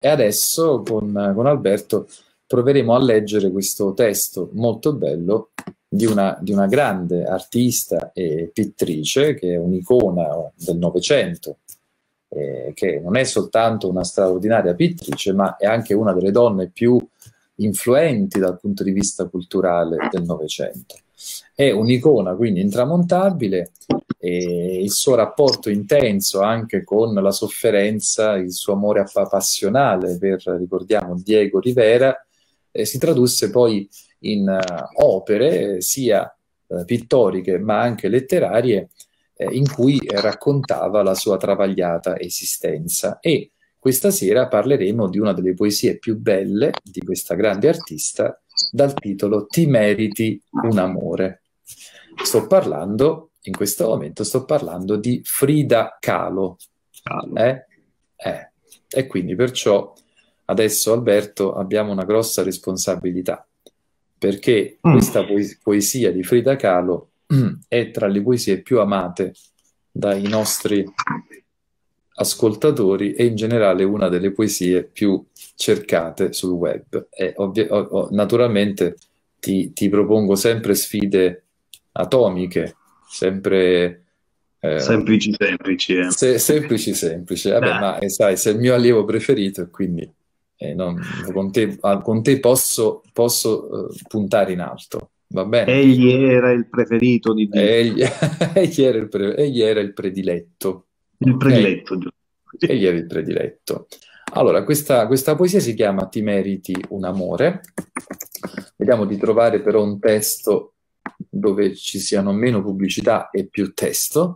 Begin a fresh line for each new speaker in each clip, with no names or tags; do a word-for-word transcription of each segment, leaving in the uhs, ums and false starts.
E adesso con, con Alberto proveremo a leggere questo testo molto bello di una, di una grande artista e pittrice, che è un'icona del Novecento, eh, che non è soltanto una straordinaria pittrice, ma è anche una delle donne più influenti dal punto di vista culturale del Novecento. È un'icona quindi intramontabile, e il suo rapporto intenso anche con la sofferenza, il suo amore app- passionale per, ricordiamo, Diego Rivera, eh, si tradusse poi in uh, opere sia uh, pittoriche ma anche letterarie, eh, in cui eh, raccontava la sua travagliata esistenza. E questa sera parleremo di una delle poesie più belle di questa grande artista, dal titolo Ti meriti un amore. Sto parlando, in questo momento, sto parlando di Frida Kahlo. Eh? Eh. E quindi perciò adesso, Alberto, abbiamo una grossa responsabilità, perché
Mm.
questa poes- poesia di Frida Kahlo è tra le poesie più amate dai nostri ascoltatori e in generale una delle poesie più cercate sul web. E ovvi- o- o- naturalmente ti, ti propongo sempre sfide atomiche, sempre eh,
Semplici, semplici. Eh.
se- semplici, semplici. Vabbè,
Dai.
ma eh, sai, sei il mio allievo preferito e quindi eh, non- con te, ah, con te posso, posso eh, puntare in alto, va bene?
Egli era il preferito di Dio,
Egli, egli era il pre- egli era il prediletto,
il
ok?
prediletto. Giusto.
Egli era il prediletto. Allora, questa, questa poesia si chiama Ti meriti un amore. Vediamo di trovare però un testo dove ci siano meno pubblicità e più testo.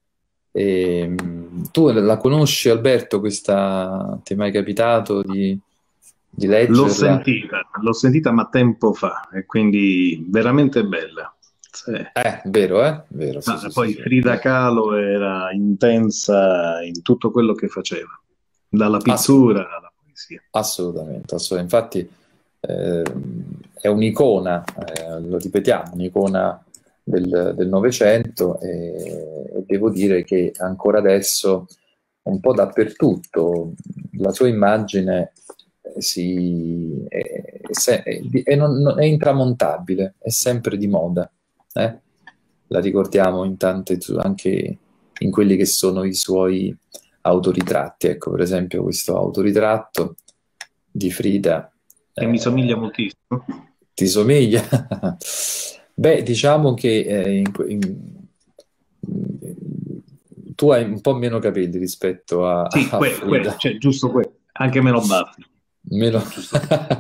E, tu la conosci, Alberto, questa... Ti è mai capitato di, di
L'ho
leggerla?
sentita, l'ho sentita ma tempo fa e quindi veramente bella. Sì.
Eh, vero, eh? Vero, sì,
Ma
sì, sì,
poi
sì.
Frida
Eh,
Kahlo era intensa in tutto quello che faceva, dalla
ass-
pittura alla poesia.
assolutamente, assolutamente. Infatti eh, è un'icona, eh, lo ripetiamo, un'icona del, del Novecento, e, e devo dire che ancora adesso un po' dappertutto la sua immagine eh, si, è, è se- è- è non- non- è intramontabile, è sempre di moda, eh? La ricordiamo in tante, anche in quelli che sono i suoi autoritratti. Ecco, per esempio, questo autoritratto di Frida
E mi somiglia
eh,
moltissimo.
ti somiglia? Beh, diciamo che eh, in- in- tu hai un po' meno capelli rispetto a,
Sì,
a
quello, quello,
Frida.
cioè giusto quello, anche meno baffi.
Meno...
Giusto.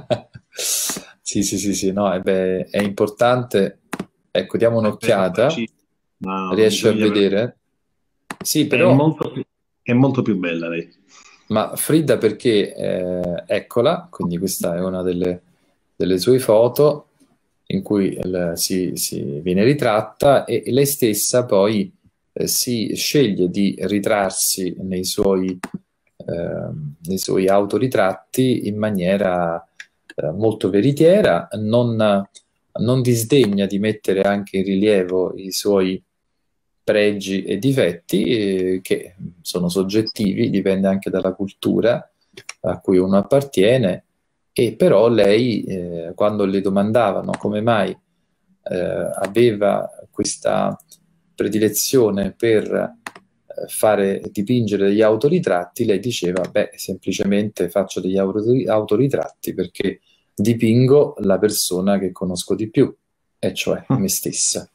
Sì, sì, sì, sì, no, eh beh, è importante. Ecco, diamo
Meno
un'occhiata.
facile, ma mi
Riesci a
somiglia per...
vedere? Sì,
È
però,
molto più, è molto più bella lei.
ma Frida perché, eh, eccola, quindi questa è una delle, delle sue foto in cui il- si, si viene ritratta, e lei stessa poi eh, si sceglie di ritrarsi nei suoi, eh, nei suoi autoritratti in maniera eh, molto veritiera, non, non disdegna di mettere anche in rilievo i suoi pregi e difetti, eh, che sono soggettivi, dipende anche dalla cultura a cui uno appartiene. E però lei, eh, quando le domandavano come mai eh, aveva questa predilezione per eh, fare, dipingere degli autoritratti, lei diceva, beh, semplicemente faccio degli autori- autoritratti perché dipingo la persona che conosco di più, e cioè me stessa.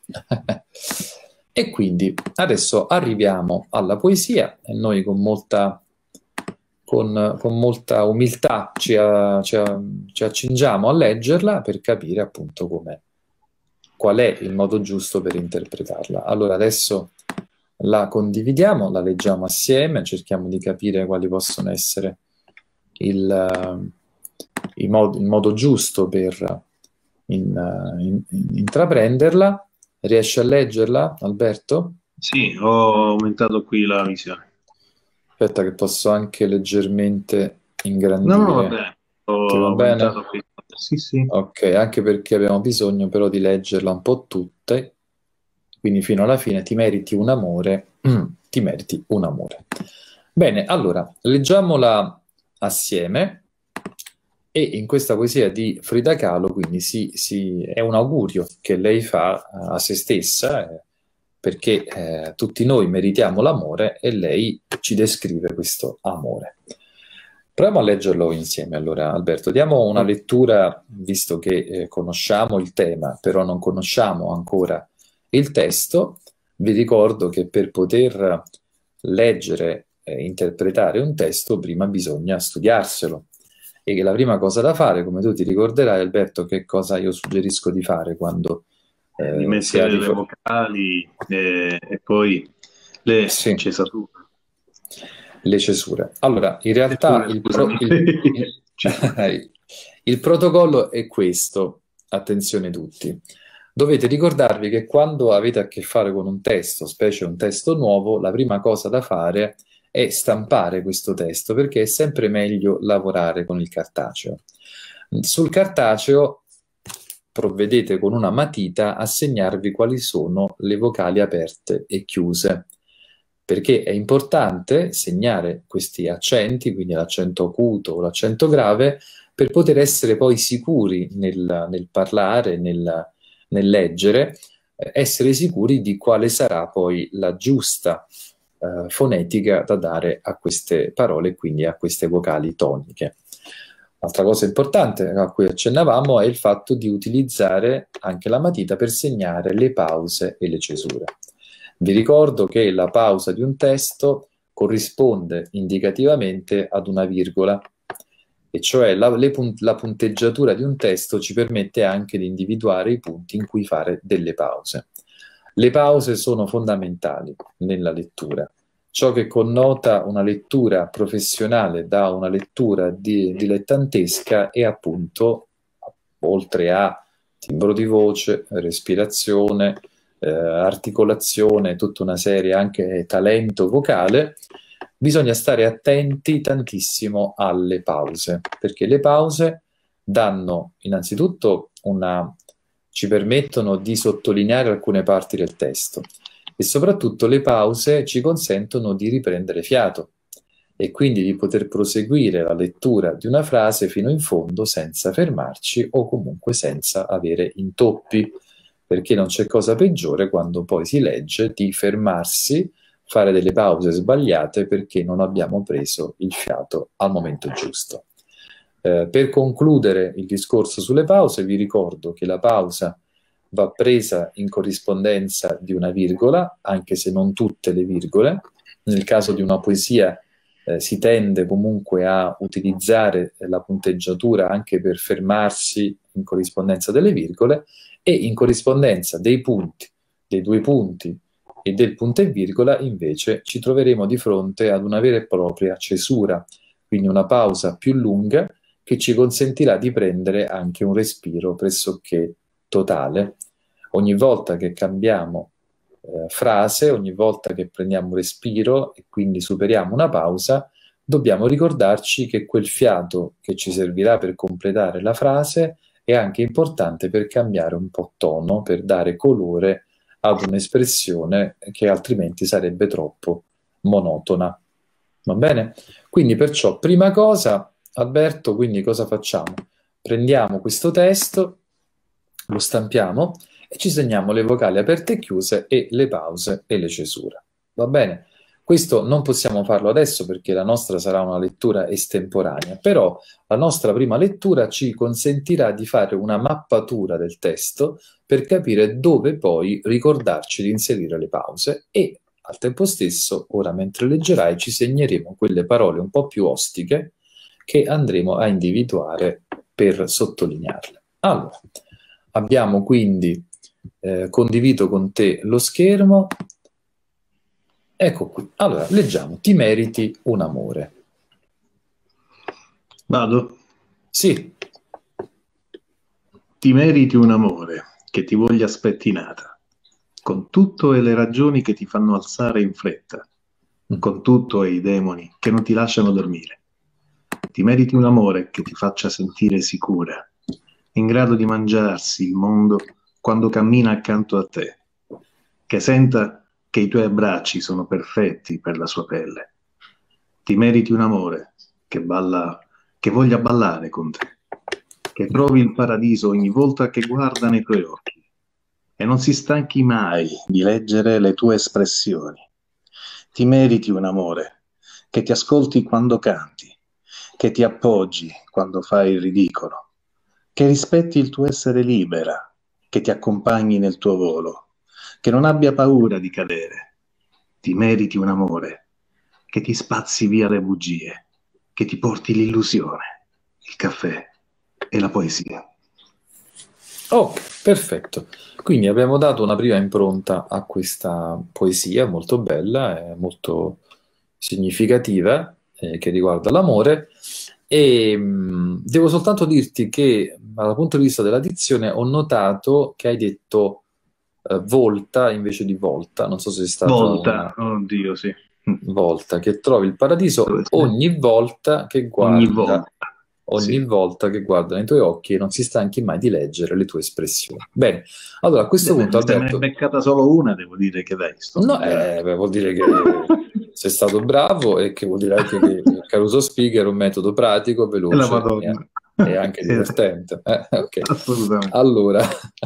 E quindi adesso arriviamo alla poesia e noi con molta, con, con molta umiltà ci, a- ci a- ci accingiamo a leggerla per capire appunto com'è, qual è il modo giusto per interpretarla. Allora adesso la condividiamo, la leggiamo assieme, cerchiamo di capire quali possono essere il, eh, i mod- il modo giusto per in- in- intraprenderla. Riesci a leggerla, Alberto?
Sì, ho aumentato qui la visione.
Aspetta che posso anche leggermente
No, no, va
ingrandire.
bene,
Ti
ho
va
aumentato
bene?
qui. Sì, sì.
Ok, anche perché abbiamo bisogno però di leggerla un po' tutte, quindi fino alla fine ti meriti un amore, mm, ti meriti un amore. Bene, allora, leggiamola assieme. E in questa poesia di Frida Kahlo, quindi si, si- è un augurio che lei fa a se stessa, eh, perché eh, tutti noi meritiamo l'amore e lei ci descrive questo amore. Proviamo a leggerlo insieme, allora, Alberto. Diamo una lettura, visto che eh, conosciamo il tema, però non conosciamo ancora il testo. Vi ricordo che per poter leggere e interpretare un testo, prima bisogna studiarselo. E che la prima cosa da fare, come tu ti ricorderai, Alberto, che cosa io suggerisco di fare quando
Di
eh, si ha
mettere
di
le
fronte...
vocali e, e poi le
Sì,
cesature.
le cesure. Allora, in realtà
Cesure,
il, pro-
scusami.
il- il-
Cesure.
il protocollo è questo, attenzione tutti. Dovete ricordarvi che quando avete a che fare con un testo, specie un testo nuovo, la prima cosa da fare è stampare questo testo, perché è sempre meglio lavorare con il cartaceo. Sul cartaceo provvedete con una matita a segnarvi quali sono le vocali aperte e chiuse, perché è importante segnare questi accenti, quindi l'accento acuto o l'accento grave, per poter essere poi sicuri nel, nel parlare, nel, nel leggere, eh, essere sicuri di quale sarà poi la giusta eh, fonetica da dare a queste parole, quindi a queste vocali toniche. Altra cosa importante a cui accennavamo è il fatto di utilizzare anche la matita per segnare le pause e le cesure. Vi ricordo che la pausa di un testo corrisponde indicativamente ad una virgola, e cioè la, le pun- la punteggiatura di un testo ci permette anche di individuare i punti in cui fare delle pause. Le pause sono fondamentali nella lettura. Ciò che connota una lettura professionale da una lettura di- dilettantesca è appunto, oltre a timbro di voce, respirazione, eh, articolazione, tutta una serie anche talento vocale, bisogna stare attenti tantissimo alle pause, perché le pause danno innanzitutto una, ci permettono di sottolineare alcune parti del testo e soprattutto le pause ci consentono di riprendere fiato e quindi di poter proseguire la lettura di una frase fino in fondo senza fermarci o comunque senza avere intoppi, perché non c'è cosa peggiore quando poi si legge di fermarsi, fare delle pause sbagliate perché non abbiamo preso il fiato al momento giusto. Eh, per concludere il discorso sulle pause, vi ricordo che la pausa va presa in corrispondenza di una virgola, anche se non tutte le virgole. Nel caso di una poesia eh, si tende comunque a utilizzare la punteggiatura anche per fermarsi in corrispondenza delle virgole, e in corrispondenza dei punti, dei due punti e del punto e virgola invece ci troveremo di fronte ad una vera e propria cesura, quindi una pausa più lunga che ci consentirà di prendere anche un respiro pressoché totale. Ogni volta che cambiamo eh, frase, ogni volta che prendiamo un respiro e quindi superiamo una pausa, dobbiamo ricordarci che quel fiato che ci servirà per completare la frase è anche importante per cambiare un po' tono, per dare colore ad un'espressione che altrimenti sarebbe troppo monotona. Va bene? Quindi perciò, prima cosa, Alberto, quindi cosa facciamo? Prendiamo questo testo, lo stampiamo e ci segniamo le vocali aperte e chiuse e le pause e le cesure. Va bene? Questo non possiamo farlo adesso perché la nostra sarà una lettura estemporanea, però la nostra prima lettura ci consentirà di fare una mappatura del testo per capire dove poi ricordarci di inserire le pause e al tempo stesso, ora mentre leggerai, ci segneremo quelle parole un po' più ostiche che andremo a individuare per sottolinearle. Allora, abbiamo quindi eh, condiviso con te lo schermo. Ecco qui. Allora, leggiamo. Ti meriti un amore.
Vado?
Sì.
Ti meriti un amore che ti voglia spettinata, con tutto e le ragioni che ti fanno alzare in fretta, con tutto e i demoni che non ti lasciano dormire. Ti meriti un amore che ti faccia sentire sicura, in grado di mangiarsi il mondo quando cammina accanto a te, che senta che i tuoi abbracci sono perfetti per la sua pelle. Ti meriti un amore che balla, che voglia ballare con te, che trovi il paradiso ogni volta che guarda nei tuoi occhi e non si stanchi mai di leggere le tue espressioni. Ti meriti un amore che ti ascolti quando canti, che ti appoggi quando fai il ridicolo, che rispetti il tuo essere libera, che ti accompagni nel tuo volo, che non abbia paura di cadere. Ti meriti un amore che ti spazzi via le bugie, che ti porti l'illusione, il caffè e la poesia.
Ok, perfetto. Quindi abbiamo dato una prima impronta a questa poesia molto bella e molto significativa, eh, che riguarda l'amore. E mh, devo soltanto dirti che dal punto di vista della dizione ho notato che hai detto eh, volta invece di volta. Non so se è stata una
Volta, oddio, sì.
volta, che trovi il paradiso
Dove sei?
ogni volta che
Ogni
guarda
volta.
ogni
Sì.
volta che guarda nei tuoi occhi e non si stanchi mai di leggere le tue espressioni. Bene, allora a questo
Beh,
punto,
se me ne è
Alberto,
beccata solo una, devo dire che dai, sto
no,
migliorando.
eh, beh, vuol dire che sei stato bravo e che vuol dire anche che Caruso Speaker è un metodo pratico,
E la
veloce e,
Madonna.
e anche
Sì,
divertente. Eh, ok,
assolutamente.
allora,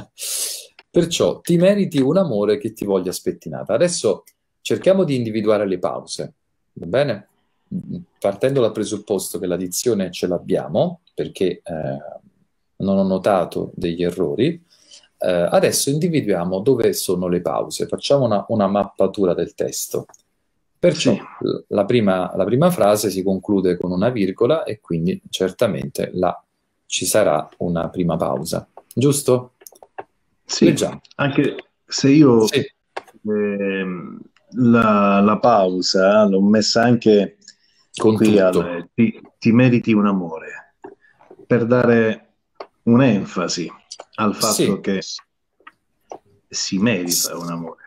perciò ti meriti un amore che ti voglia spettinata. Adesso cerchiamo di individuare le pause, va bene? Partendo dal presupposto che la dizione ce l'abbiamo, perché eh, non ho notato degli errori, eh, adesso individuiamo dove sono le pause. Facciamo una, una mappatura del testo.
Sì,
Perciò l- la prima, la prima frase si conclude con una virgola e quindi certamente là ci sarà una prima pausa. Giusto?
sì,
Leggiamo.
anche se io
Sì,
ehm, la, la pausa l'ho messa anche
con
qui
tutto.
al ti, ti meriti un amore, per dare un'enfasi al fatto
Sì,
che si merita un amore.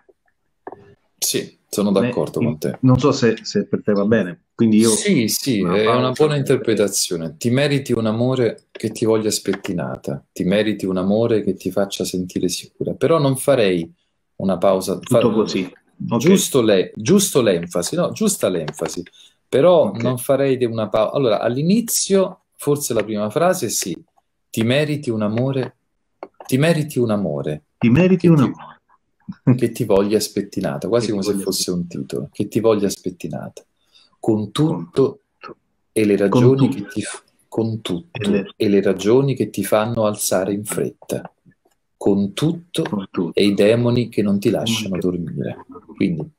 sì, sono
Me-
d'accordo con
in-
te.
non so se, se per te va bene, quindi io
Sì, sì,
una
è una
pausa
buona
la metterei.
interpretazione. Ti meriti un amore che ti voglia spettinata, ti meriti un amore che ti faccia sentire sicura, però non farei una pausa, fa-
Tutto così. Ok,
giusto, le- giusto l'enfasi, no, giusta l'enfasi, però
ok.
non farei di una pausa. Allora, all'inizio, forse la prima frase, sì, ti meriti un amore, ti meriti un amore
Ti meriti
che
un
ti,
amore.
che ti voglia spettinata, quasi
Che ti
come se
voglia
fosse un
aspettare.
titolo, che ti voglia spettinata, con
Con
tutto
tutto.
e le
Con
ragioni che ti,
tutto.
f- con
E le-
tutto e le ragioni che ti fanno alzare in fretta, con tutto
Con
e i
tutto.
demoni che non ti
Demoni
lasciano
che
dormire. Quindi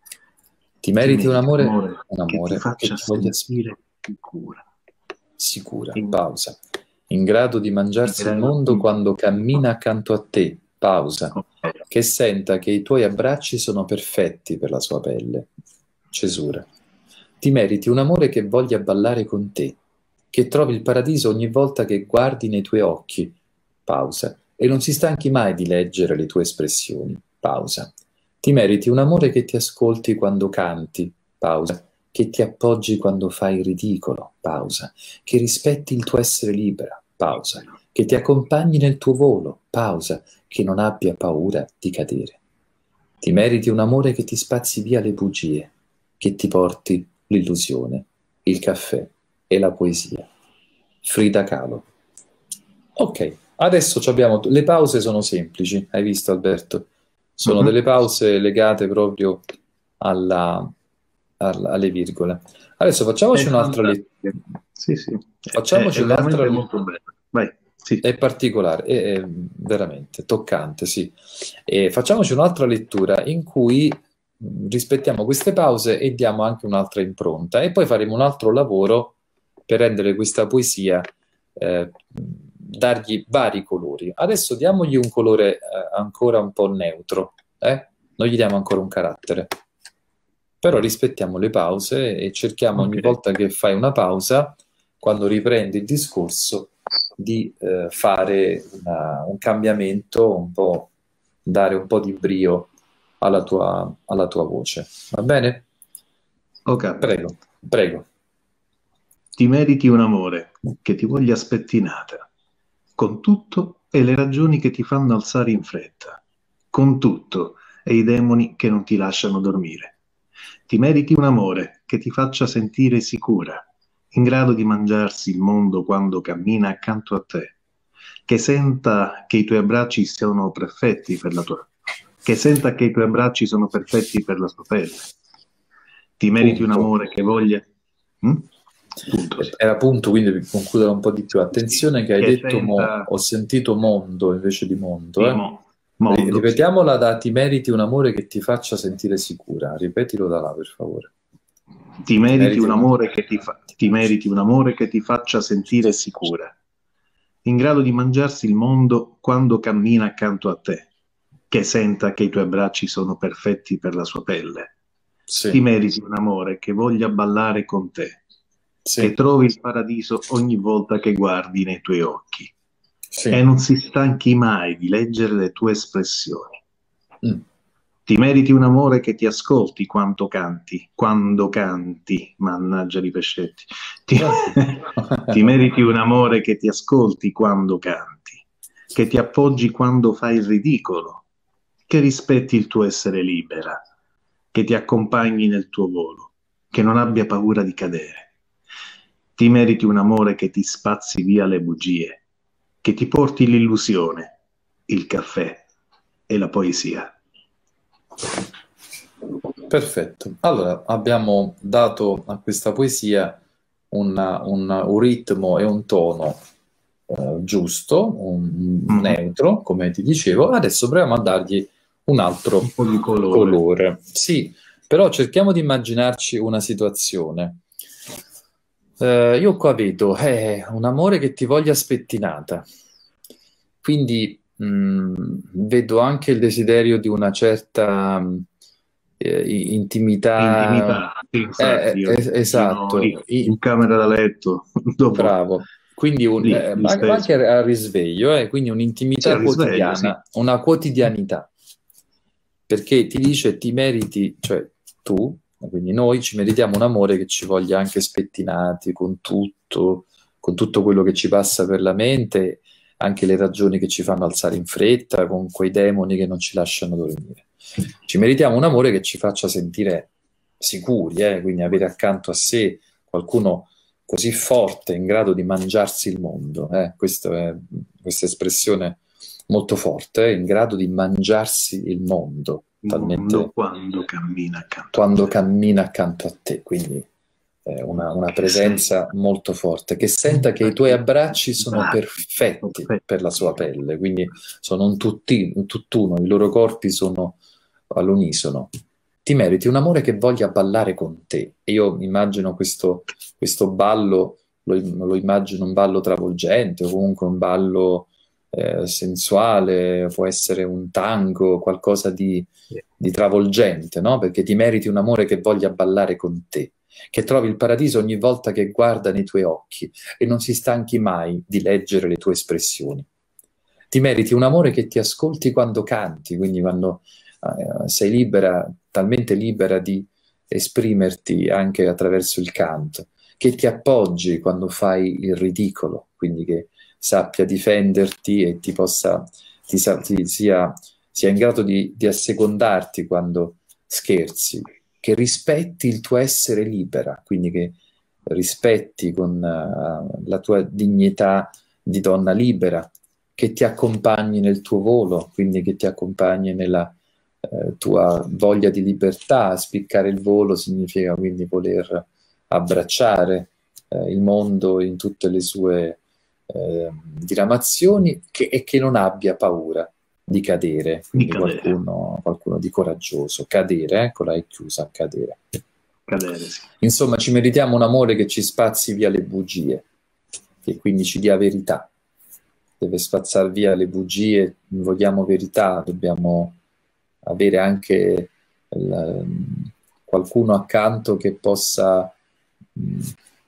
ti
ti
meriti un
meriti un
amore,
amore
un
che ti
amore che
faccia
ti voglia s-
sentire sicura.
sicura,
In,
pausa, in grado di
in
mangiarsi il
grado
mondo
di...
quando cammina accanto a te, pausa,
Ok.
che senta che i tuoi abbracci sono perfetti per la sua pelle, cesura. Ti meriti un amore che voglia ballare con te, che trovi il paradiso ogni volta che guardi nei tuoi occhi, pausa, e non si stanchi mai di leggere le tue espressioni, pausa. Ti meriti un amore che ti ascolti quando canti, pausa, che ti appoggi quando fai il ridicolo, pausa, che rispetti il tuo essere libera, pausa, che ti accompagni nel tuo volo, pausa, che non abbia paura di cadere. Ti meriti un amore che ti spazzi via le bugie, che ti porti l'illusione, il caffè e la poesia. Frida Kahlo. Ok, adesso ci abbiamo. Le pause sono semplici, hai visto Alberto? Sono
Mhm.
delle pause legate proprio alla, alla- alle virgole. Adesso
È
facciamoci un'altra lettura.
fantastico. Sì, sì, è,
Facciamoci
è
un'altra
veramente
lettura.
molto bello. Vai, sì.
È particolare, è, è veramente toccante, sì. E facciamoci un'altra lettura in cui mh, rispettiamo queste pause e diamo anche un'altra impronta e poi faremo un altro lavoro per rendere questa poesia, eh, dargli vari colori. Adesso diamogli un colore eh, ancora un po' neutro, eh? Non gli diamo ancora un carattere. Però rispettiamo le pause e cerchiamo
Ok,
ogni volta che fai una pausa, quando riprendi il discorso, di eh, fare una- un cambiamento, un po', dare un po' di brio alla tua, alla tua voce. Va bene?
ho capito.
Prego, prego.
Ti meriti un amore che ti voglia spettinata, con tutto e le ragioni che ti fanno alzare in fretta, con tutto e i demoni che non ti lasciano dormire. Ti meriti un amore che ti faccia sentire sicura, in grado di mangiarsi il mondo quando cammina accanto a te, che senta che i tuoi abbracci siano perfetti per la tua, che senta che i tuoi abbracci sono perfetti per la sua pelle. Ti meriti un
Punto.
amore che voglia... Mm? Punto, sì.
Era punto, quindi per concludere un po' di più. Attenzione che hai
Che
detto, mo,
senta...
ho sentito mondo invece di mondo.
Sì,
Eh?
mo- mondo, sì.
Ripetiamola da ti meriti un amore che ti faccia sentire sicura. Ripetilo da là, per favore.
Ti meriti
meriti
un
un-
amore che ti fa- ti meriti un amore che ti faccia sentire sicura, in grado di mangiarsi il mondo quando cammina accanto a te, che senta che i tuoi abbracci sono perfetti per la sua pelle.
Sì,
Ti meriti un amore che voglia ballare con te, che
sì,
trovi il paradiso ogni volta che guardi nei tuoi occhi e
sì.
non si stanchi mai di leggere le tue espressioni.
Mm.
Ti meriti un amore che ti ascolti quando canti, quando canti, mannaggia i pescetti. Ti, ti meriti un amore che ti ascolti quando canti, che ti appoggi quando fai il ridicolo, che rispetti il tuo essere libera, che ti accompagni nel tuo volo, che non abbia paura di cadere. Ti meriti un amore che ti spazzi via le bugie, che ti porti l'illusione, il caffè e la poesia.
Perfetto. Allora, abbiamo dato a questa poesia una- un, un ritmo e un tono eh, giusto, un,
Mm.
neutro, come ti dicevo. Adesso proviamo a dargli un altro
Un po' di colore.
colore. Sì, però cerchiamo di immaginarci una situazione. Eh, io qua vedo eh, un amore che ti voglia spettinata. Quindi mh, vedo anche il desiderio di una certa mh, eh, i- intimità.
Intimità, sì,
Eh,
infatti, io
eh, eh,
immagino
esatto,
in,
I-
in camera da letto, dopo,
bravo. Quindi un,
lì,
eh, ma ma
disteso.
anche al risveglio, eh, quindi
Sì, al
un'intimità
risveglio, sì.
quotidiana, una quotidianità, perché ti dice ti meriti, cioè tu, quindi noi ci meritiamo un amore che ci voglia anche spettinati con tutto, con tutto quello che ci passa per la mente, anche le ragioni che ci fanno alzare in fretta, con quei demoni che non ci lasciano dormire. Ci meritiamo un amore che ci faccia sentire sicuri, eh, quindi avere accanto a sé qualcuno così forte, in grado di mangiarsi il mondo. Eh, questa è questa espressione molto forte, eh, in grado di mangiarsi il mondo,
Il
talmente
mondo quando cammina accanto a
quando
te.
cammina accanto a te, quindi eh, una, una
Che
presenza molto forte, che senta che i tuoi abbracci sono
Abbracci,
perfetti
perfetti.
per la sua pelle, quindi sono un, tutti- un tutt'uno, i loro corpi sono all'unisono. Ti meriti un amore che voglia ballare con te. E io immagino questo, questo ballo, lo, lo immagino un ballo travolgente, o comunque un ballo eh, sensuale, può essere un tango, qualcosa di, di travolgente, no? Perché ti meriti un amore che voglia ballare con te, che trovi il paradiso ogni volta che guarda nei tuoi occhi e non si stanchi mai di leggere le tue espressioni. Ti meriti un amore che ti ascolti quando canti, quindi quando eh, sei libera, talmente libera di esprimerti anche attraverso il canto, che ti appoggi quando fai il ridicolo, quindi che sappia difenderti e ti possa, ti, sa- ti sia, sia in grado di, di assecondarti quando scherzi, che rispetti il tuo essere libera, quindi che rispetti con uh, la tua dignità di donna libera, che ti accompagni nel tuo volo, quindi che ti accompagni nella eh, tua voglia di libertà. Spiccare il volo significa quindi voler abbracciare eh, il mondo in tutte le sue eh, diramazioni che, e che non abbia paura di cadere,
Di
quindi
cadere.
qualcuno, qualcuno di coraggioso. Cadere, eccola, è chiusa, cadere.
Cadere, sì.
Insomma, ci meritiamo un amore che ci spazzi via le bugie, che quindi ci dia verità. Deve spazzare via le bugie, vogliamo verità, dobbiamo avere anche il, qualcuno accanto che possa mh,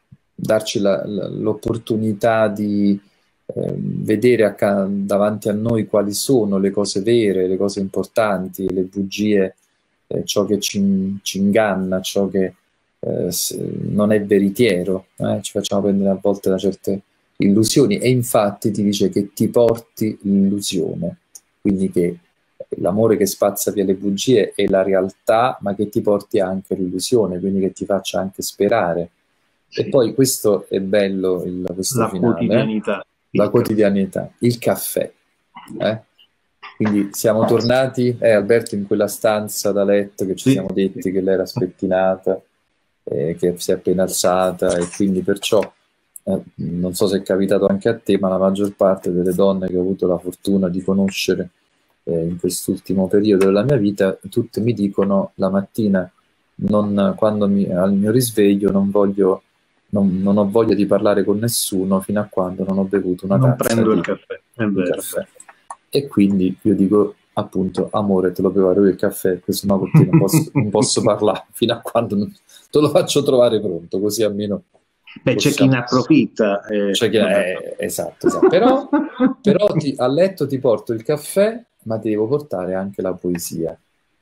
darci la- la- l'opportunità di eh, vedere acca- davanti a noi quali sono le cose vere, le cose importanti, le bugie, eh, ciò che ci, ci inganna, ciò che eh, s- non è veritiero, eh? Ci facciamo prendere a volte da certe illusioni e infatti ti dice che ti porti l'illusione, quindi che l'amore che spazza via le bugie è la realtà, ma che ti porti anche l'illusione, quindi che ti faccia anche sperare E
Sì.
poi questo è bello, il, questo
La
finale,
quotidianità,
la
il caffè.
quotidianità, il caffè. eh? Quindi siamo tornati, eh, Alberto, in quella stanza da letto che ci
Sì,
siamo
sì.
detti che lei era spettinata, eh, che si è appena alzata e quindi perciò, eh, non so se è capitato anche a te, ma la maggior parte delle donne che ho avuto la fortuna di conoscere eh, in quest'ultimo periodo della mia vita, tutte mi dicono la mattina, non, quando mi, al mio risveglio, non voglio, non, non ho voglia di parlare con nessuno fino a quando non ho bevuto una
Non
tazza
prendo il
di,
caffè, è
di
vero, è
caffè.
vero.
E quindi io dico appunto, amore, te lo preparo io il caffè, così no con te non posso, non posso parlare fino a quando non, te lo faccio trovare pronto, così almeno
Beh, c'è chi
possiamo...
ne approfitta. eh,
Cioè che,
vabbè.
eh, esatto, esatto. Però, però ti- a letto ti porto il caffè, ma ti devo portare anche la poesia.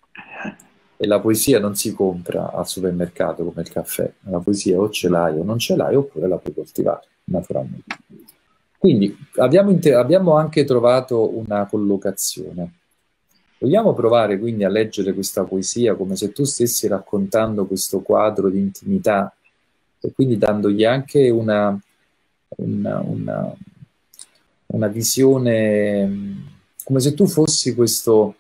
E la poesia non si compra al supermercato come il caffè. La poesia o ce l'hai o non ce l'hai, oppure la puoi coltivare, naturalmente. Quindi abbiamo, inter- abbiamo anche trovato una collocazione. Vogliamo provare quindi a leggere questa poesia come se tu stessi raccontando questo quadro di intimità e quindi dandogli anche una, una, una, una visione, mh, come se tu fossi questo,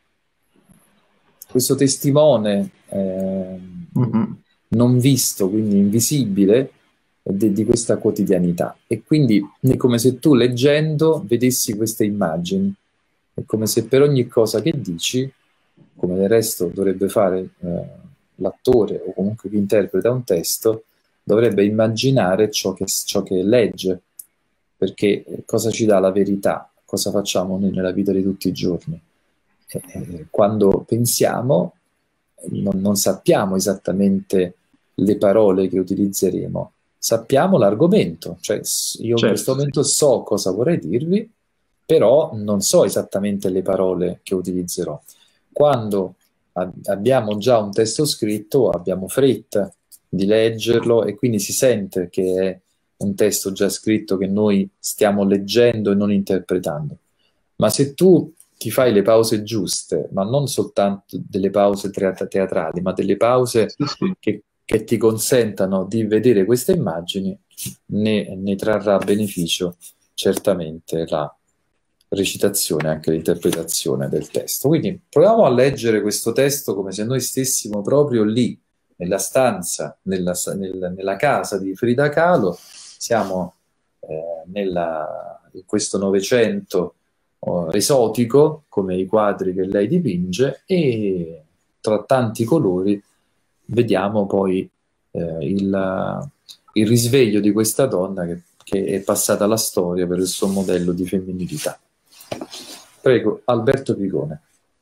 questo testimone eh,
Mhm.
non visto, quindi invisibile, de- di questa quotidianità. E quindi è come se tu leggendo vedessi queste immagini. È come se per ogni cosa che dici, come del resto dovrebbe fare eh, l'attore o comunque chi interpreta un testo, dovrebbe immaginare ciò che, ciò che legge, perché eh, cosa ci dà la verità? Cosa facciamo noi nella vita di tutti i giorni? Eh, eh, quando pensiamo, non, non sappiamo esattamente le parole che utilizzeremo, sappiamo l'argomento, cioè s- io in questo
Certo, sì.
momento so cosa vorrei dirvi, però non so esattamente le parole che utilizzerò. Quando ab- abbiamo già un testo scritto, abbiamo fretta di leggerlo e quindi si sente che è un testo già scritto che noi stiamo leggendo e non interpretando. Ma se tu ti fai le pause giuste, ma non soltanto delle pause teat- teatrali, ma delle pause
Sì, sì.
che, che ti consentano di vedere queste immagini, ne, ne trarrà beneficio certamente la recitazione, anche l'interpretazione del testo. Quindi proviamo a leggere questo testo come se noi stessimo proprio lì, nella stanza, nella, nel- nella casa di Frida Kahlo, siamo eh, nella- in questo Novecento oh, esotico, come i quadri che lei dipinge, e tra tanti colori vediamo poi eh, il, il risveglio di questa donna che, che è passata alla storia per il suo modello di femminilità. Prego, Alberto Picone.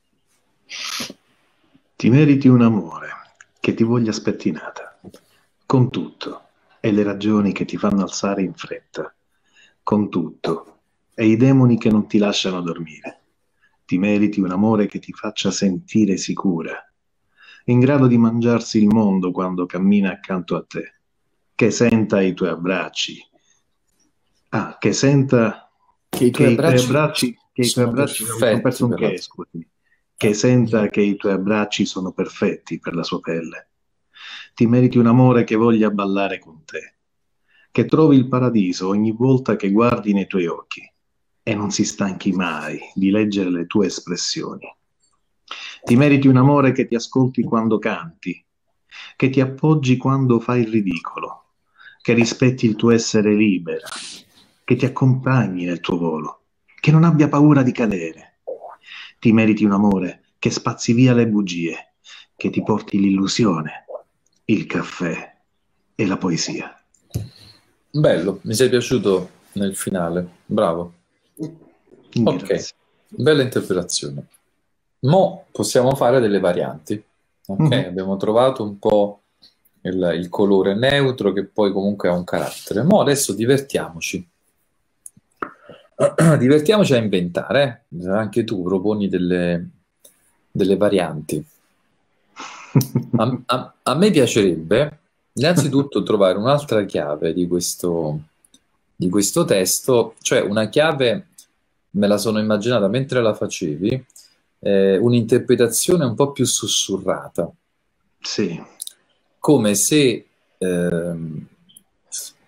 Ti meriti un amore che ti voglia spettinata, con tutto, e le ragioni che ti fanno alzare in fretta, con tutto, e i demoni che non ti lasciano dormire. Ti meriti un amore che ti faccia sentire sicura, in grado di mangiarsi il mondo quando cammina accanto a te, che senta i tuoi abbracci. Ah, che senta
Che i
che
tuoi
i tuoi
abbracci
abbracci, che i tuoi
sono
abbracci, mi sono
perfetti
perso un
per la...
che, scusami, che senta che i tuoi abbracci sono perfetti per la sua pelle. Ti meriti un amore che voglia ballare con te, che trovi il paradiso ogni volta che guardi nei tuoi occhi e non si stanchi mai di leggere le tue espressioni. Ti meriti un amore che ti ascolti quando canti, che ti appoggi quando fai il ridicolo, che rispetti il tuo essere libera, che ti accompagni nel tuo volo, che non abbia paura di cadere. Ti meriti un amore che spazzi via le bugie, che ti porti l'illusione, il caffè e la poesia.
Bello, mi sei piaciuto nel finale, bravo. Ok,
Grazie.
bella interpretazione. Mo' possiamo fare delle varianti. Ok,
Mhm.
abbiamo trovato un po' il, il colore neutro che poi comunque ha un carattere. Mo' adesso divertiamoci. Divertiamoci a inventare, eh. Anche tu proponi delle, delle varianti. A, a- a me piacerebbe innanzitutto trovare un'altra chiave di questo, di questo testo, cioè una chiave, me la sono immaginata mentre la facevi, eh, un'interpretazione un po' più sussurrata,
Sì,
come se ehm,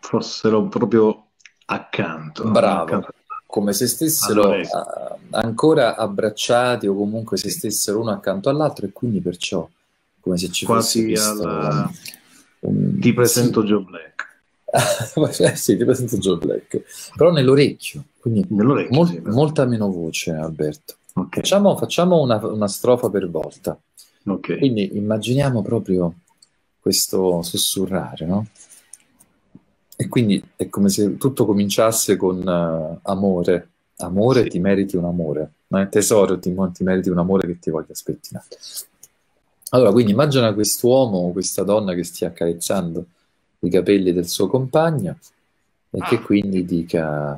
fossero proprio accanto, no?
Bravo,
Accanto
come se stessero
all'orecchio,
ah, ancora abbracciati o comunque se
sì.
stessero uno accanto all'altro e quindi perciò come se ci fosse
Quasi
questo...
alla...
un-
Ti
sì,
presento Joe Black.
Eh sì, ti presento Joe Black, però nell'orecchio, quindi
Nell'orecchio, sì.
mol- molta meno voce, Alberto.
Ok,
Facciamo, facciamo una, una strofa per volta.
ok.
Quindi immaginiamo proprio questo sussurrare, no? E quindi è come se tutto cominciasse con eh, amore. Amore,
Sì.
ti meriti un amore. Eh, tesoro, ti, ti meriti un amore che ti voglia spettinare. Allora, quindi immagina quest'uomo o questa donna che stia accarezzando i capelli del suo compagno e che quindi dica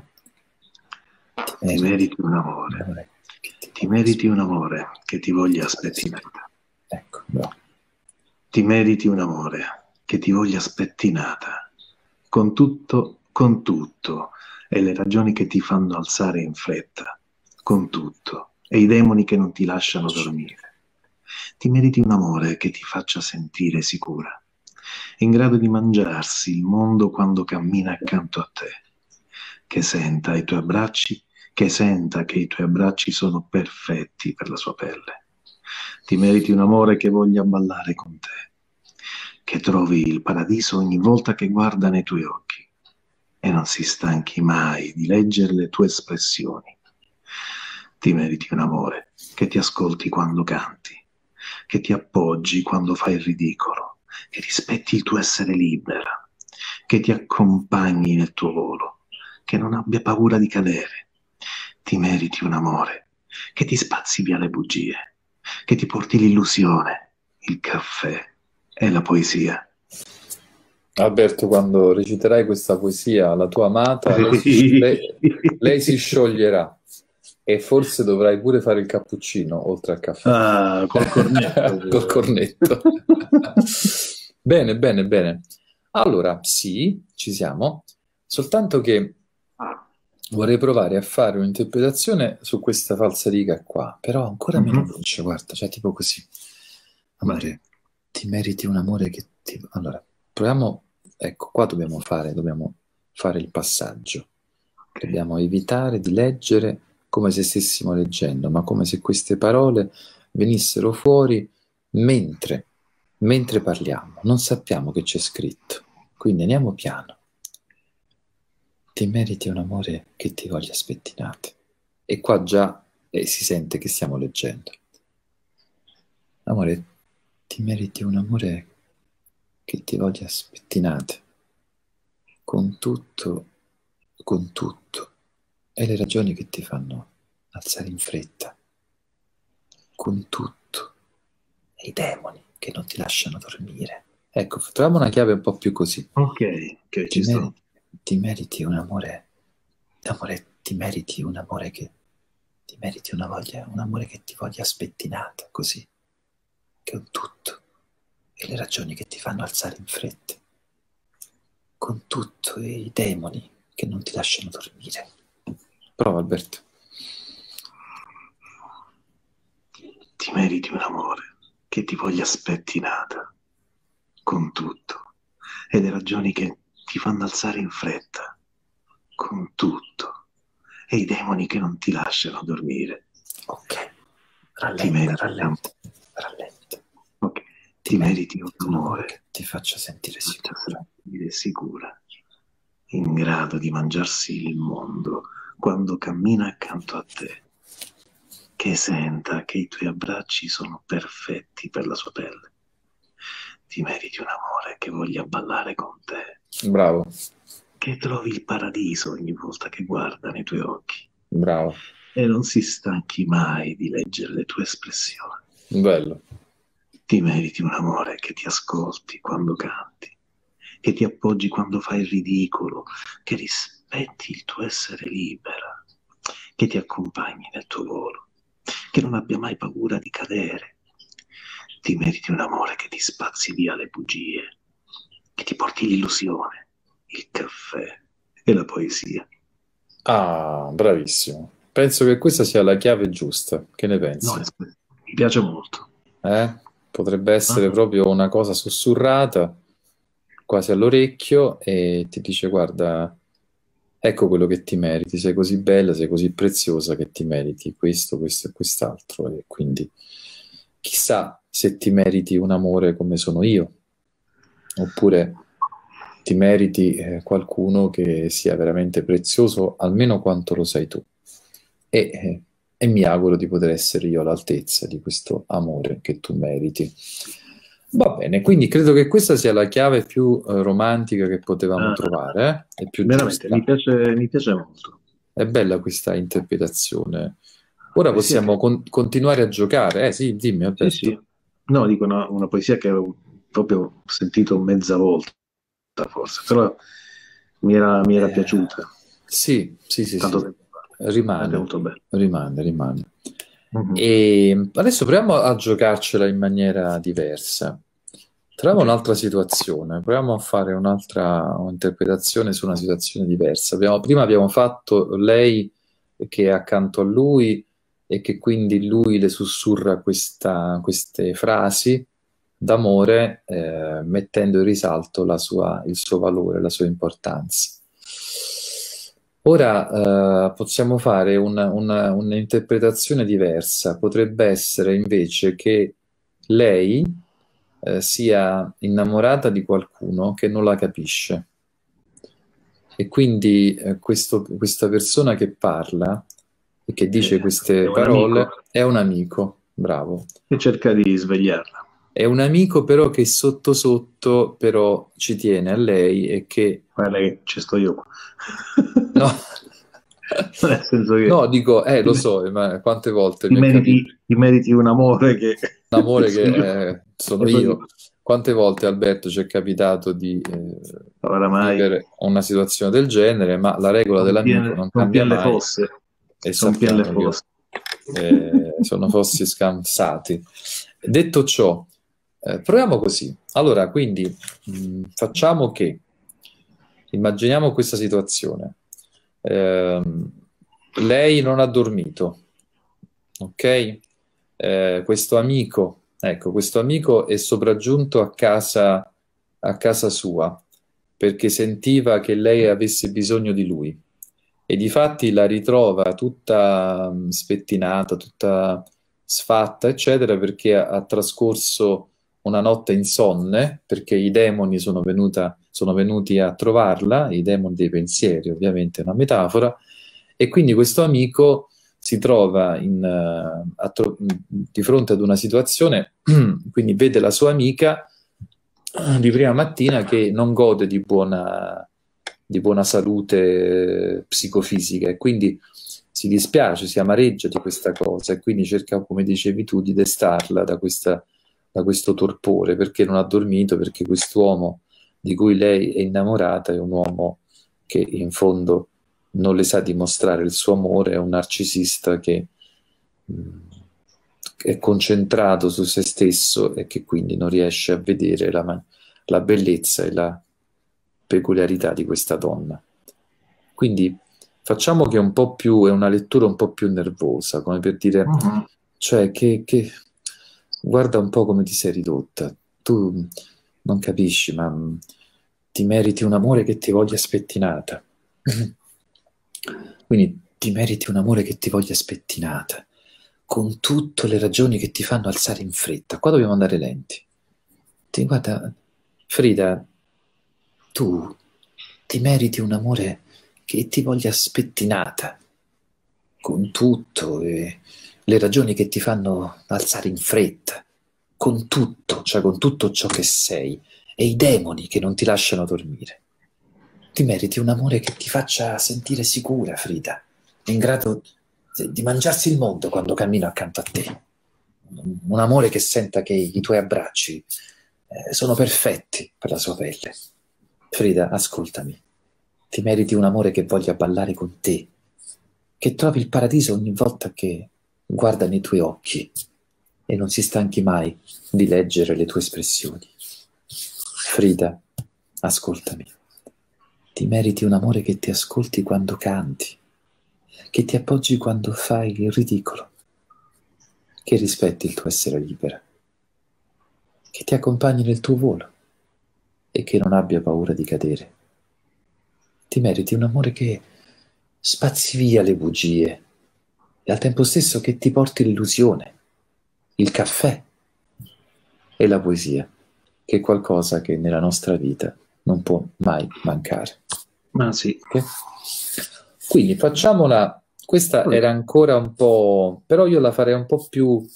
ti
Ti
meriti
meriti un
un
amore.
amore che ti
Ti
voglia
meriti un
spettinare.
amore che ti voglia spettinata.
Ecco, bravo.
Ti meriti un amore che ti voglia spettinata. Con tutto, con tutto, e le ragioni che ti fanno alzare in fretta. Con tutto, e i demoni che non ti lasciano dormire. Ti meriti un amore che ti faccia sentire sicura, in grado di mangiarsi il mondo quando cammina accanto a te, che senta i tuoi abbracci, che senta che i tuoi abbracci sono perfetti per la sua pelle. Ti meriti un amore che voglia ballare con te, che trovi il paradiso ogni volta che guarda nei tuoi occhi e non si stanchi mai di leggere le tue espressioni. Ti meriti un amore che ti ascolti quando canti, che ti appoggi quando fai il ridicolo, che rispetti il tuo essere libera, che ti accompagni nel tuo volo, che non abbia paura di cadere. Ti meriti un amore che ti spazzi via le bugie, che ti porti l'illusione, il caffè e la poesia.
Alberto, quando reciterai questa poesia alla tua amata, lei si, sci- lei- lei si scioglierà e forse dovrai pure fare il cappuccino oltre al caffè.
Ah, col cornetto
Col
pure.
cornetto. Bene, bene, bene. Allora, sì, ci siamo, soltanto che vorrei provare a fare un'interpretazione su questa falsariga qua, però ancora meno
Mhm.
voce, guarda, cioè tipo così.
Vai.
Amore, ti meriti un amore che ti... Allora, proviamo, ecco, qua dobbiamo fare, dobbiamo fare il passaggio.
Ok.
Dobbiamo evitare di leggere come se stessimo leggendo, ma come se queste parole venissero fuori mentre, mentre parliamo. Non sappiamo che c'è scritto, quindi andiamo piano. Ti meriti un amore che ti voglia spettinate. E qua già eh, si sente che stiamo leggendo. Amore, ti meriti un amore che ti voglia spettinate. Con tutto, con tutto. E le ragioni che ti fanno alzare in fretta. Con tutto. E i demoni che non ti lasciano dormire. Ecco, troviamo una chiave un po' più così.
Ok, ok,
Ti,
ci sto.
meri- ti meriti un amore, amore, ti meriti un amore che ti meriti una voglia, un amore che ti voglia spettinata, così, con tutto e le ragioni che ti fanno alzare in fretta, con tutto e i demoni che non ti lasciano dormire. Prova, Alberto.
Ti meriti un amore che ti voglia spettinata, con tutto, e le ragioni che ti fanno alzare in fretta, con tutto, e i demoni che non ti lasciano dormire.
Ok,
Ti
rallenta,
meriti un amore.
rallenta, rallenta.
Ok.
Ti,
Ti
meriti
meriti un
un amore
amore
che ti faccia sentire
che ti faccia
sicura.
sentire sicura, in grado di mangiarsi il mondo quando cammina accanto a te, che senta che i tuoi abbracci sono perfetti per la sua pelle. Ti meriti un amore che voglia ballare con te,
Bravo,
che trovi il paradiso ogni volta che guarda nei tuoi occhi
bravo,
e non si stanchi mai di leggere le tue espressioni.
bello.
Ti meriti un amore che ti ascolti quando canti, che ti appoggi quando fai il ridicolo, che rispetti il tuo essere libera, che ti accompagni nel tuo volo, che non abbia mai paura di cadere. Ti meriti un amore che ti spazzi via le bugie, che ti porti l'illusione, il caffè e la poesia.
Ah, bravissimo. Penso che questa sia la chiave giusta. Che ne
No,
pensi?
mi piace molto.
Eh? Potrebbe essere
Ah,
proprio una cosa sussurrata quasi all'orecchio e ti dice: guarda, ecco quello che ti meriti, sei così bella, sei così preziosa che ti meriti questo, questo e quest'altro. E quindi chissà se ti meriti un amore come sono io, oppure ti meriti eh, qualcuno che sia veramente prezioso, almeno quanto lo sei tu. E, eh, e mi auguro di poter essere io all'altezza di questo amore che tu meriti. Va bene, quindi credo che questa sia la chiave più eh, romantica che potevamo
Ah,
trovare, eh? È più
veramente, mi
giusta.
piace, mi piace molto.
È bella questa interpretazione. Ora
Poesia
possiamo
che...
con- continuare a giocare. Eh sì, dimmi
Sì, sì.
Alberto.
No, dico una, una poesia che avevo proprio sentito mezza volta, forse, però mi era, mi era
Eh,
piaciuta
sì, sì, sì,
tanto
sì,
tempo fa. È
rimane,
molto bello.
rimane, rimane.
Mhm.
E adesso proviamo a giocarcela in maniera diversa. Troviamo
Ok.
un'altra situazione, proviamo a fare un'altra interpretazione su una situazione diversa. Abbiamo- prima abbiamo fatto lei che è accanto a lui e che quindi lui le sussurra questa- queste frasi d'amore, eh, mettendo in risalto la sua- il suo valore, la sua importanza. Ora, eh, possiamo fare una- una- un'interpretazione diversa. Potrebbe essere invece che lei, eh, sia innamorata di qualcuno che non la capisce. E quindi, eh, questo- questa persona che parla e che
È,
dice
è
queste
un amico
parole è un amico, bravo.
che cerca di svegliarla.
È un amico però che sotto sotto però ci tiene a lei e che...
Guarda che ci sto io qua.
No,
Nel senso che
no, dico, eh,
ti,
lo so, ma quante volte
ti
mi è capitato
meriti, ti meriti un amore che
un amore
sono io.
che eh, sono
Che sono io.
io. Quante volte, Alberto, ci è capitato di eh,
Oramai
vivere una situazione del genere, ma la regola
sono
dell'amico
piene,
non
son
cambia
piene le
mai
fosse.
e
Sono piene le
sappiamo che
fosse.
eh, sono fossi scansati. Detto ciò, eh, proviamo così. Allora, quindi mh, facciamo che immaginiamo questa situazione. Ehm, Lei non ha dormito, ok? Eh, questo amico, ecco, questo amico è sopraggiunto a casa, a casa sua perché sentiva che lei avesse bisogno di lui e difatti la ritrova tutta mh, spettinata, tutta sfatta, eccetera, perché ha, ha trascorso una notte insonne, perché i demoni sono venuta- sono venuti a trovarla, i demoni dei pensieri, ovviamente è una metafora, e quindi questo amico si trova in, eh, a tro- di fronte ad una situazione, quindi vede la sua amica eh, di prima mattina che non gode di buona, di buona salute psicofisica e quindi si dispiace, si amareggia di questa cosa e quindi cerca, come dicevi tu, di destarla da questa- da questo torpore perché non ha dormito, perché quest'uomo di cui lei è innamorata è un uomo che in fondo non le sa dimostrare il suo amore, è un narcisista che mh, è concentrato su se stesso e che quindi non riesce a vedere la, ma- la bellezza e la peculiarità di questa donna. Quindi facciamo che è un po' più, è una lettura un po' più nervosa, come per dire,
Mhm.
cioè che, che- guarda un po' come ti sei ridotta. Tu non capisci, ma mh, ti meriti un amore che ti voglia spettinata. Quindi ti meriti un amore che ti voglia spettinata, con tutte le ragioni che ti fanno alzare in fretta. Qua dobbiamo andare lenti. Ti, guarda, Frida, tu ti meriti un amore che ti voglia spettinata, con tutto e le ragioni che ti fanno alzare in fretta, con tutto, cioè con tutto ciò che sei, e i demoni che non ti lasciano dormire. Ti meriti un amore che ti faccia sentire sicura, Frida, in grado di mangiarsi il mondo quando cammino accanto a te. Un amore che senta che i tuoi abbracci eh, sono perfetti per la sua pelle. Frida, ascoltami. Ti meriti un amore che voglia ballare con te, che trovi il paradiso ogni volta che guarda nei tuoi occhi e non si stanchi mai di leggere le tue espressioni. Frida, ascoltami. Ti meriti un amore che ti ascolti quando canti, che ti appoggi quando fai il ridicolo, che rispetti il tuo essere libera, che ti accompagni nel tuo volo e che non abbia paura di cadere. Ti meriti un amore che spazzi via le bugie e al tempo stesso che ti porti l'illusione, il caffè e la poesia, che è qualcosa che nella nostra vita non può mai mancare.
Ma sì.
Ok? Quindi facciamola, questa
Poi-
era ancora un po', però io la farei un po' più,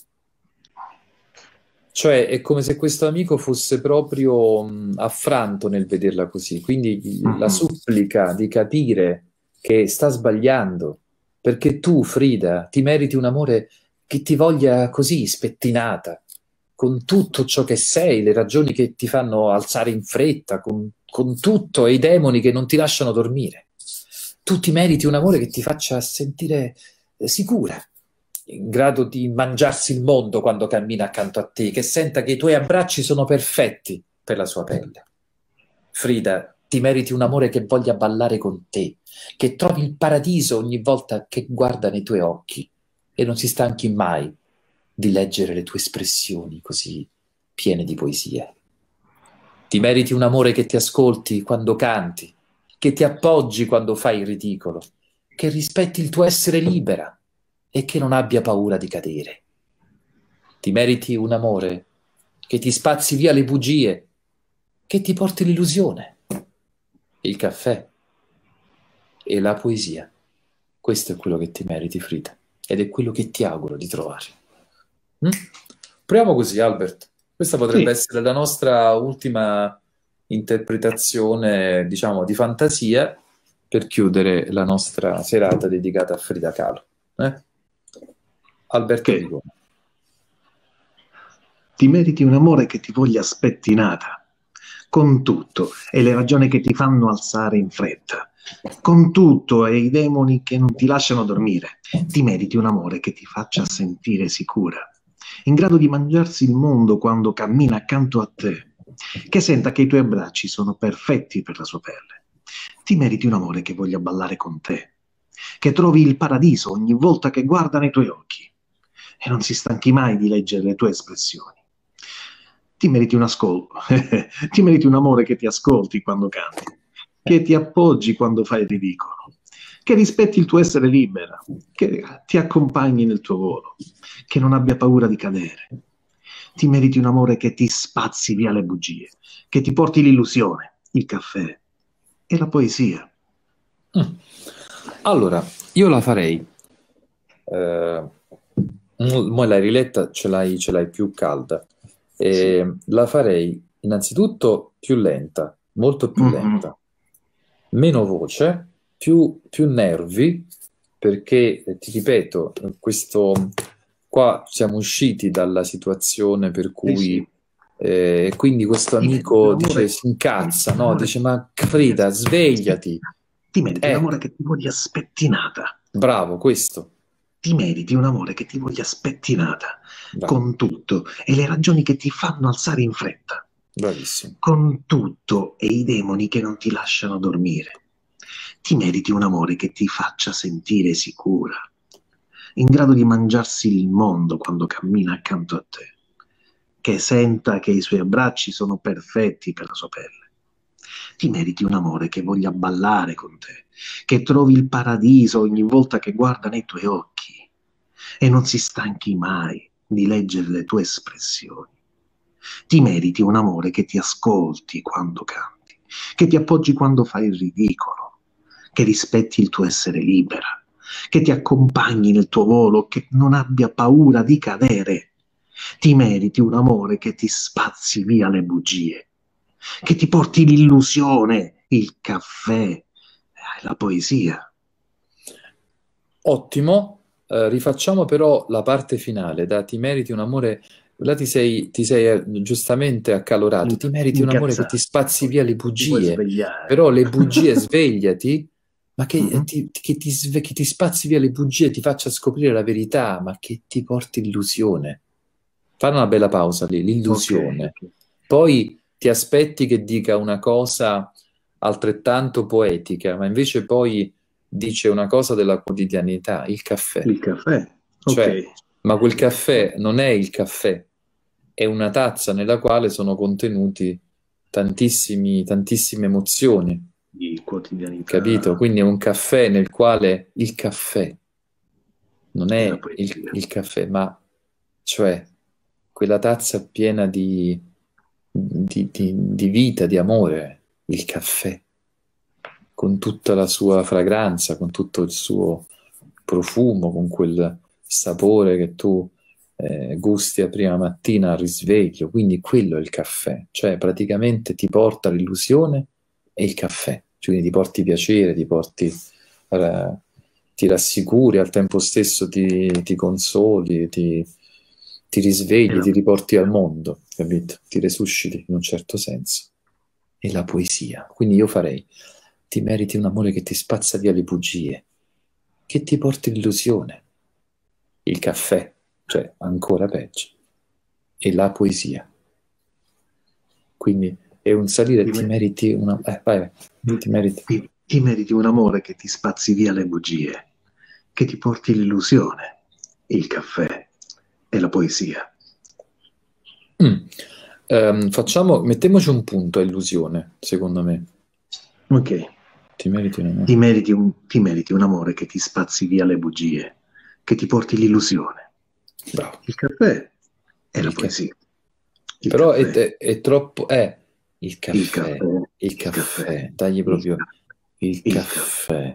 cioè è come se questo amico fosse proprio mh, affranto nel vederla così, quindi la
Mhm.
supplica di capire che sta sbagliando, perché tu, Frida, ti meriti un amore che ti voglia così, spettinata, con tutto ciò che sei, le ragioni che ti fanno alzare in fretta, con, con tutto e i demoni che non ti lasciano dormire. Tu ti meriti un amore che ti faccia sentire eh, sicura, in grado di mangiarsi il mondo quando cammina accanto a te, che senta che i tuoi abbracci sono perfetti per la sua pelle. Frida, ti meriti un amore che voglia ballare con te, che trovi il paradiso ogni volta che guarda nei tuoi occhi e non si stanchi mai di leggere le tue espressioni così piene di poesia. Ti meriti un amore che ti ascolti quando canti, che ti appoggi quando fai il ridicolo, che rispetti il tuo essere libera e che non abbia paura di cadere. Ti meriti un amore che ti spazzi via le bugie, che ti porti l'illusione, il caffè e la poesia. Questo è quello che ti meriti, Frida, ed è quello che ti auguro di trovare. Mm? Proviamo così, Albert. Questa potrebbe
Sì,
essere la nostra ultima interpretazione, diciamo, di fantasia per chiudere la nostra serata dedicata a Frida Kahlo. Eh? Alberto
che
Vigone.
ti meriti un amore che ti voglia spettinata, con tutto e le ragioni che ti fanno alzare in fretta, con tutto e i demoni che non ti lasciano dormire. Ti meriti un amore che ti faccia sentire sicura, in grado di mangiarsi il mondo quando cammina accanto a te, che senta che i tuoi abbracci sono perfetti per la sua pelle. Ti meriti un amore che voglia ballare con te, che trovi il paradiso ogni volta che guarda nei tuoi occhi e non si stanchi mai di leggere le tue espressioni. Ti meriti un ascolto, ti meriti un amore che ti ascolti quando canti, che ti appoggi quando fai il ridicolo, che rispetti il tuo essere libera, che ti accompagni nel tuo volo, che non abbia paura di cadere. Ti meriti un amore che ti spazzi via le bugie, che ti porti l'illusione, il caffè e la poesia.
Mm. Allora, io la farei. Eh, mo l'hai riletta, ce l'hai ce l'hai più calda.
Sì.
E la farei innanzitutto più lenta, molto più
Mhm.
lenta, meno voce, più, più nervi, perché eh, ti ripeto, questo qua siamo usciti dalla situazione per
Sì, sì.
cui eh, e quindi questo
Ti meriti un
amico dice,
amore,
si
ti meriti
incazza,
un
no?
amore
Dice,
che
ma
ti voglia
Frida, svegliati.
spettinata. Ti meriti un amore
Ecco,
che ti voglia spettinata.
bravo, questo,
Ti meriti un amore che ti voglia spettinata,
bravo,
con tutto e le ragioni che ti fanno alzare in fretta,
bravissimo.
con tutto e i demoni che non ti lasciano dormire. Ti meriti un amore che ti faccia sentire sicura, in grado di mangiarsi il mondo quando cammina accanto a te, che senta che i suoi abbracci sono perfetti per la sua pelle. Ti meriti un amore che voglia ballare con te, che trovi il paradiso ogni volta che guarda nei tuoi occhi e non si stanchi mai di leggere le tue espressioni. Ti meriti un amore che ti ascolti quando canti, che ti appoggi quando fai il ridicolo, che rispetti il tuo essere libera, che ti accompagni nel tuo volo, che non abbia paura di cadere. Ti meriti un amore che ti spazzi via le bugie, che ti porti l'illusione, il caffè, la poesia.
Ottimo. Eh, rifacciamo però la parte finale, da ti meriti un amore, là ti sei, ti sei eh, giustamente accalorato, ti
Inca-
meriti un amore che ti
Incazzato.
spazzi via le
Ti puoi
bugie,
svegliare.
però le bugie svegliati, ma che eh,
Mhm.
ti, che ti sve- che ti spazzi via le bugie, ti faccia scoprire la verità, ma che ti porti l'illusione. Fare una bella pausa lì,
Ok,
l'illusione.
ok.
Poi ti aspetti che dica una cosa altrettanto poetica, ma invece poi dice una cosa della quotidianità, il caffè.
Il caffè.
Cioè,
Ok.
ma quel caffè non è il caffè, è una tazza nella quale sono contenuti tantissimi, tantissime emozioni,
di quotidianità.
capito? Quindi è un caffè nel quale il caffè non
È la
è il,
poesia.
il caffè, ma cioè quella tazza piena di, di, di- di vita, di amore, il caffè, con tutta la sua fragranza, con tutto il suo profumo, con quel sapore che tu eh, gusti a prima mattina al risveglio. Quindi quello è il caffè, cioè praticamente ti porta l'illusione e il caffè, cioè, quindi ti porti piacere, ti porti, eh, ti rassicuri, al tempo stesso ti, ti consoli, ti, ti
È
risvegli,
la
ti riporti al
poesia.
mondo, capito? Ti resusciti in un certo senso. E la poesia. Quindi io farei, ti meriti un amore che ti spazza via le bugie, che ti porti l'illusione, il caffè, cioè ancora peggio, e la poesia. Quindi è un salire,
Ti
ti
meriti,
meriti una... Eh, vai, vai, ti meriti.
ti- ti meriti un amore che ti spazzi via le bugie, che ti porti l'illusione, il caffè e la poesia.
Mm. Ehm, facciamo, mettiamoci un punto a illusione, secondo me.
Ok.
Ti meriti un
Ti
amore.
meriti un, ti meriti un amore che ti spazzi via le bugie, che ti porti l'illusione,
Bravo.
il caffè e la
Il ca-
poesia. Il
Però è,
caffè,
è- è troppo... Eh, il
il
caffè,
caffè,
il
il caffè,
caffè, dagli
il
proprio
caffè,
il
il caffè,
caffè,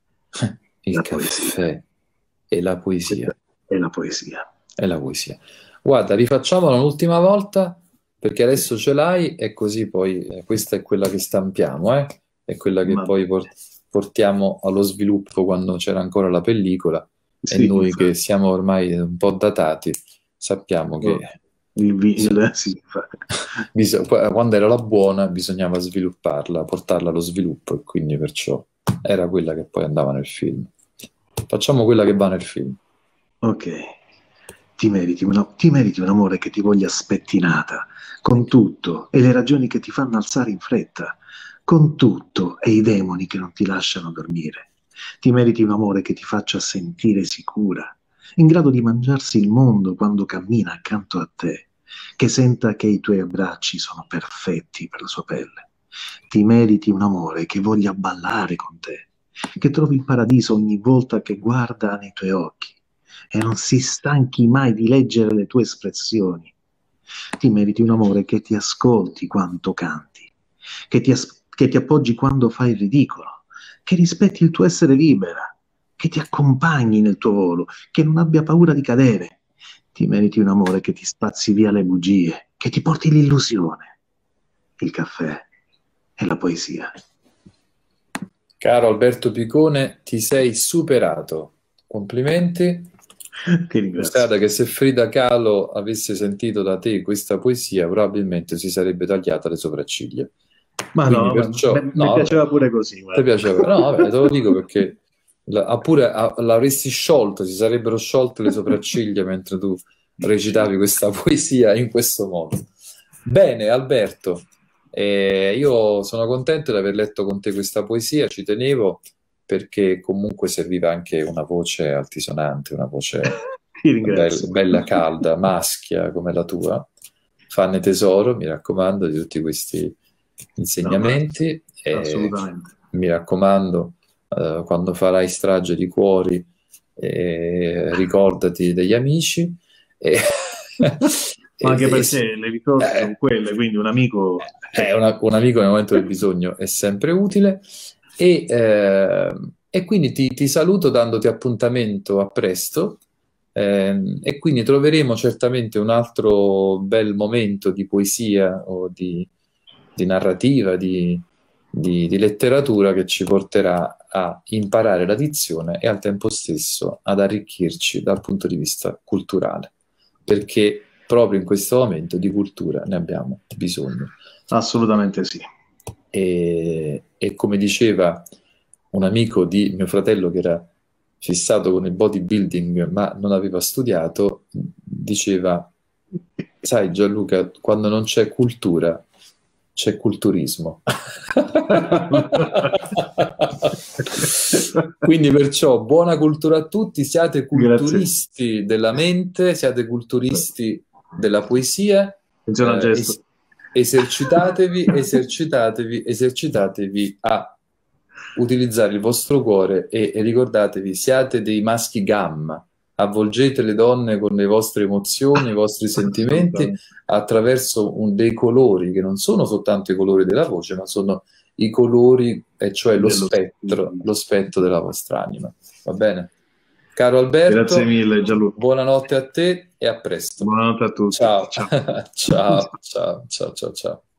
il
la poesia.
caffè e la
Questa
poesia.
è la poesia.
È la poesia. Guarda, rifacciamola un'ultima volta perché adesso ce l'hai e così poi eh, questa è quella che stampiamo, eh? È quella che
Va
poi
bene.
por- portiamo allo sviluppo quando c'era ancora la pellicola e
Sì,
noi che
infatti.
siamo ormai un po' datati sappiamo che
Oh, il, vi-
bis-
il- sì, infatti.
bis- quando era la buona bisognava svilupparla, portarla allo sviluppo e quindi perciò era quella che poi andava nel film. Facciamo quella che va nel film.
Ok. Ti meriti, una- ti meriti un amore che ti voglia spettinata, con tutto e le ragioni che ti fanno alzare in fretta, con tutto e i demoni che non ti lasciano dormire. Ti meriti un amore che ti faccia sentire sicura, in grado di mangiarsi il mondo quando cammina accanto a te, che senta che i tuoi abbracci sono perfetti per la sua pelle. Ti meriti un amore che voglia ballare con te, che trovi il paradiso ogni volta che guarda nei tuoi occhi e non si stanchi mai di leggere le tue espressioni. Ti meriti un amore che ti ascolti quando canti, che ti, as- che ti appoggi quando fai il ridicolo, che rispetti il tuo essere libera, che ti accompagni nel tuo volo, che non abbia paura di cadere. Ti meriti un amore che ti spazzi via le bugie, che ti porti l'illusione, il caffè e la poesia.
Caro Alberto Picone, ti sei superato. Complimenti.
Ti ringrazio.
Guarda che se Frida Kahlo avesse sentito da te questa poesia, probabilmente si sarebbe tagliata le sopracciglia.
Ma
Quindi
no, ma
perciò,
mi mi
no, vabbè,
piaceva pure così,
ti
guarda.
piaceva? No, vabbè, te lo dico perché la- ha pure, ha- l'avresti sciolto, si sarebbero sciolte le sopracciglia mentre tu recitavi questa poesia in questo modo. Bene, Alberto, eh, io sono contento di aver letto con te questa poesia, ci tenevo perché comunque serviva anche una voce altisonante, una voce
Ti
bella,
ringrazio.
bella calda, maschia come la tua. Fanne tesoro, mi raccomando, di tutti questi
No, ma
insegnamenti e
assolutamente.
mi raccomando, eh, quando farai strage di cuori, eh, ricordati degli amici e,
Ma
e-
anche
e-
perché le risorse sono
eh,
quelle, quindi un amico...
è una- un amico nel momento del bisogno è sempre utile e, eh, e quindi ti, ti saluto dandoti appuntamento a presto ehm, e quindi troveremo certamente un altro bel momento di poesia o di, di narrativa, di, di- di letteratura che ci porterà a imparare la dizione e al tempo stesso ad arricchirci dal punto di vista culturale, perché proprio in questo momento di cultura ne abbiamo bisogno.
Assolutamente sì.
E, e come diceva un amico di mio fratello che era fissato con il bodybuilding ma non aveva studiato, diceva, sai Gianluca, quando non c'è cultura c'è culturismo. Quindi perciò buona cultura a tutti, siate
Grazie.
culturisti della mente, siate culturisti della poesia
Attenzione al
eh, e,
gesto.
esercitatevi, esercitatevi, esercitatevi a utilizzare il vostro cuore e, e ricordatevi, siate dei maschi gamma, avvolgete le donne con le vostre emozioni, i vostri sentimenti attraverso un, dei colori che non sono soltanto i colori della voce, ma sono i colori, e cioè lo
Dello
spettro,
spirito.
lo spettro della vostra anima. Va bene? Caro Alberto,
Grazie mille, Gianluca.
buonanotte a te e a presto.
Buonanotte a tutti.
Ciao,
Ciao.
ciao, ciao, ciao, ciao, ciao.